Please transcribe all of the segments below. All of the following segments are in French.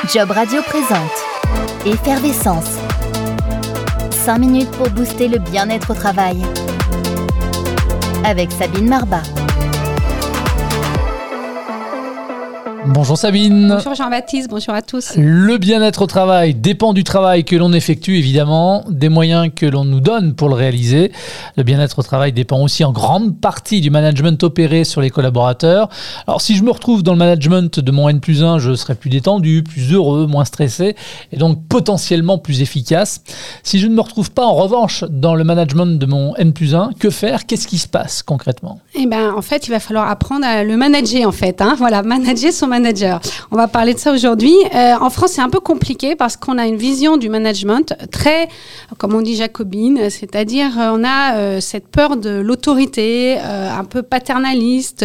Job Radio présente Effervescence. 5 minutes pour booster le bien-être au travail. Avec Sabine Marbat. Bonjour Sabine. Bonjour Jean-Baptiste, bonjour à tous. Le bien-être au travail dépend du travail que l'on effectue évidemment, des moyens que l'on nous donne pour le réaliser. Le bien-être au travail dépend aussi en grande partie du management opéré sur les collaborateurs. Alors si je me retrouve dans le management de mon N+1, je serai plus détendu, plus heureux, moins stressé et donc potentiellement plus efficace. Si je ne me retrouve pas en revanche dans le management de mon N+1, que faire ? Qu'est-ce qui se passe concrètement ? En fait, il va falloir apprendre à le manager en fait. Voilà, manager son manager. On va parler de ça aujourd'hui. En France, c'est un peu compliqué parce qu'on a une vision du management très, comme on dit, jacobine, c'est-à-dire on a cette peur de l'autorité, un peu paternaliste,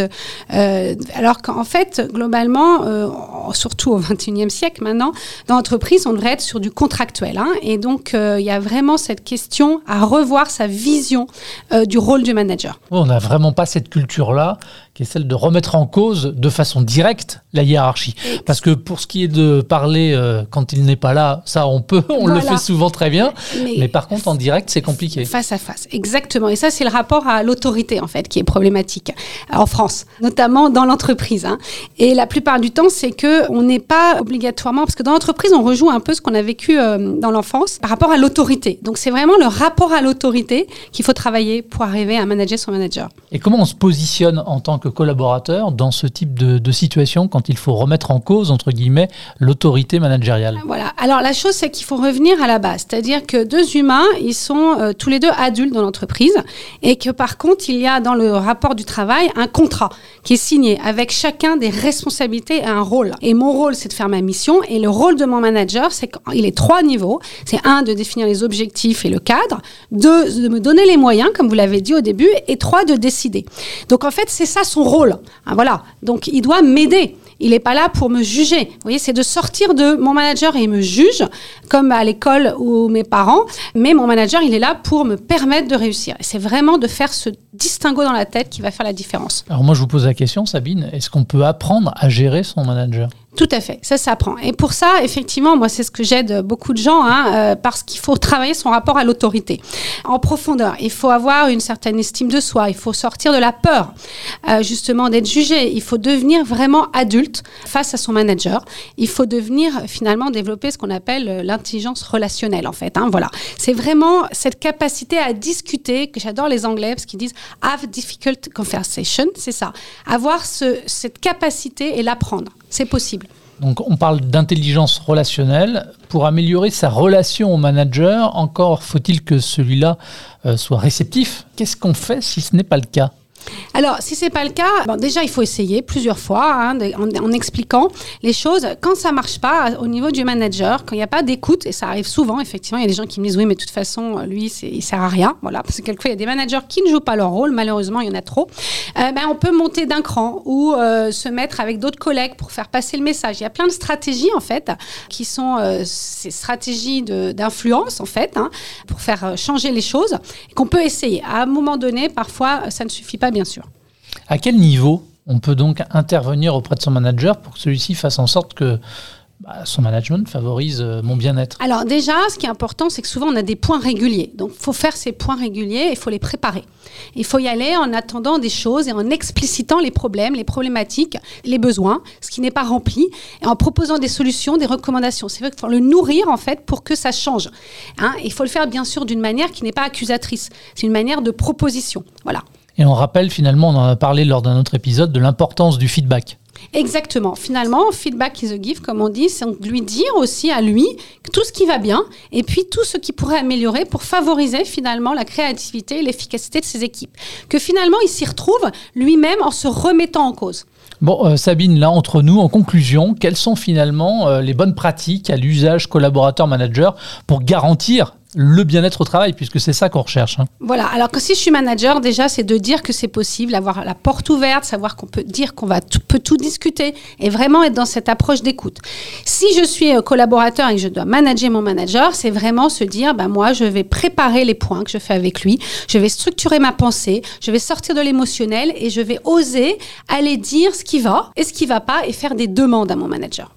alors qu'en fait, globalement, surtout au XXIe siècle maintenant, dans l'entreprise, on devrait être sur du contractuel. Et donc, il y a vraiment cette question à revoir sa vision du rôle du manager. On n'a vraiment pas cette culture-là, qui est celle de remettre en cause de façon directe la hiérarchie. Parce que pour ce qui est de parler quand il n'est pas là, ça on peut, on le fait souvent très bien, mais par contre en direct c'est compliqué. Face à face, exactement. Et ça c'est le rapport à l'autorité en fait qui est problématique en France, notamment dans l'entreprise. Et la plupart du temps c'est qu'on n'est pas obligatoirement, parce que dans l'entreprise on rejoue un peu ce qu'on a vécu dans l'enfance par rapport à l'autorité. Donc c'est vraiment le rapport à l'autorité qu'il faut travailler pour arriver à manager son manager. Et comment on se positionne en tant que collaborateur dans ce type de situation quand il faut remettre en cause, entre guillemets, l'autorité managériale? Voilà. Alors, la chose, c'est qu'il faut revenir à la base. C'est-à-dire que deux humains, ils sont tous les deux adultes dans l'entreprise et que, par contre, il y a dans le rapport du travail un contrat qui est signé avec chacun des responsabilités et un rôle. Et mon rôle, c'est de faire ma mission et le rôle de mon manager, c'est qu'il est 3 niveaux. C'est 1, de définir les objectifs et le cadre. 2, de me donner les moyens, comme vous l'avez dit au début. Et 3, de décider. Donc, en fait, c'est ça son rôle. Voilà. Donc, il doit m'aider. Il n'est pas là pour me juger. Vous voyez, c'est de sortir de mon manager et il me juge, comme à l'école ou mes parents. Mais mon manager, il est là pour me permettre de réussir. Et c'est vraiment de faire ce distinguo dans la tête qui va faire la différence. Alors moi, je vous pose la question, Sabine, est-ce qu'on peut apprendre à gérer son manager ? Tout à fait, ça s'apprend. Et pour ça, effectivement, moi, c'est ce que j'aide beaucoup de gens, parce qu'il faut travailler son rapport à l'autorité en profondeur. Il faut avoir une certaine estime de soi, il faut sortir de la peur, justement, d'être jugé. Il faut devenir vraiment adulte face à son manager. Il faut devenir, finalement, développer ce qu'on appelle l'intelligence relationnelle, en fait. Voilà. C'est vraiment cette capacité à discuter, que j'adore les Anglais, parce qu'ils disent « have difficult conversation », c'est ça. Avoir cette capacité et l'apprendre. C'est possible. Donc on parle d'intelligence relationnelle. Pour améliorer sa relation au manager, encore faut-il que celui-là soit réceptif. Qu'est-ce qu'on fait si ce n'est pas le cas ? Alors, si c'est pas le cas, déjà, il faut essayer plusieurs fois en expliquant les choses. Quand ça marche pas au niveau du manager, quand il n'y a pas d'écoute, et ça arrive souvent, effectivement, il y a des gens qui me disent « Oui, mais de toute façon, lui, il sert à rien. » Voilà, parce que quelquefois, il y a des managers qui ne jouent pas leur rôle. Malheureusement, il y en a trop. On peut monter d'un cran ou se mettre avec d'autres collègues pour faire passer le message. Il y a plein de stratégies, en fait, qui sont ces stratégies d'influence, en fait, pour faire changer les choses, et qu'on peut essayer. À un moment donné, parfois, ça ne suffit pas, bien sûr. À quel niveau on peut donc intervenir auprès de son manager pour que celui-ci fasse en sorte que son management favorise mon bien-être ? Alors déjà, ce qui est important, c'est que souvent on a des points réguliers. Donc il faut faire ces points réguliers, il faut les préparer. Il faut y aller en attendant des choses et en explicitant les problèmes, les problématiques, les besoins, ce qui n'est pas rempli, et en proposant des solutions, des recommandations. C'est vrai qu'il faut le nourrir en fait pour que ça change. Il faut le faire bien sûr d'une manière qui n'est pas accusatrice. C'est une manière de proposition. Voilà. Et on rappelle finalement, on en a parlé lors d'un autre épisode, de l'importance du feedback. Exactement. Finalement, feedback is a gift, comme on dit, c'est de lui dire aussi à lui tout ce qui va bien et puis tout ce qu'il pourrait améliorer pour favoriser finalement la créativité et l'efficacité de ses équipes. Que finalement, il s'y retrouve lui-même en se remettant en cause. Bon, Sabine, là, entre nous, en conclusion, quelles sont finalement les bonnes pratiques à l'usage collaborateur-manager pour garantir le bien-être au travail, puisque c'est ça qu'on recherche. Voilà, alors que si je suis manager, déjà, c'est de dire que c'est possible, avoir la porte ouverte, savoir qu'on peut dire qu'on peut tout discuter et vraiment être dans cette approche d'écoute. Si je suis collaborateur et que je dois manager mon manager, c'est vraiment se dire, moi, je vais préparer les points que je fais avec lui, je vais structurer ma pensée, je vais sortir de l'émotionnel et je vais oser aller dire ce qui va et ce qui ne va pas et faire des demandes à mon manager. Voilà.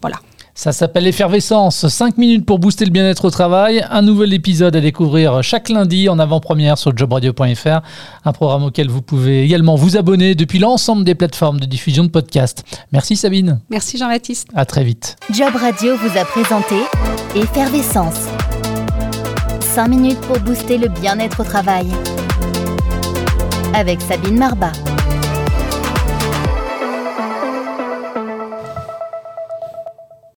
Ça s'appelle Effervescence, 5 minutes pour booster le bien-être au travail. Un nouvel épisode à découvrir chaque lundi en avant-première sur jobradio.fr. Un programme auquel vous pouvez également vous abonner depuis l'ensemble des plateformes de diffusion de podcasts. Merci Sabine. Merci Jean-Baptiste. À très vite. Job Radio vous a présenté Effervescence. 5 minutes pour booster le bien-être au travail. Avec Sabine Marbat.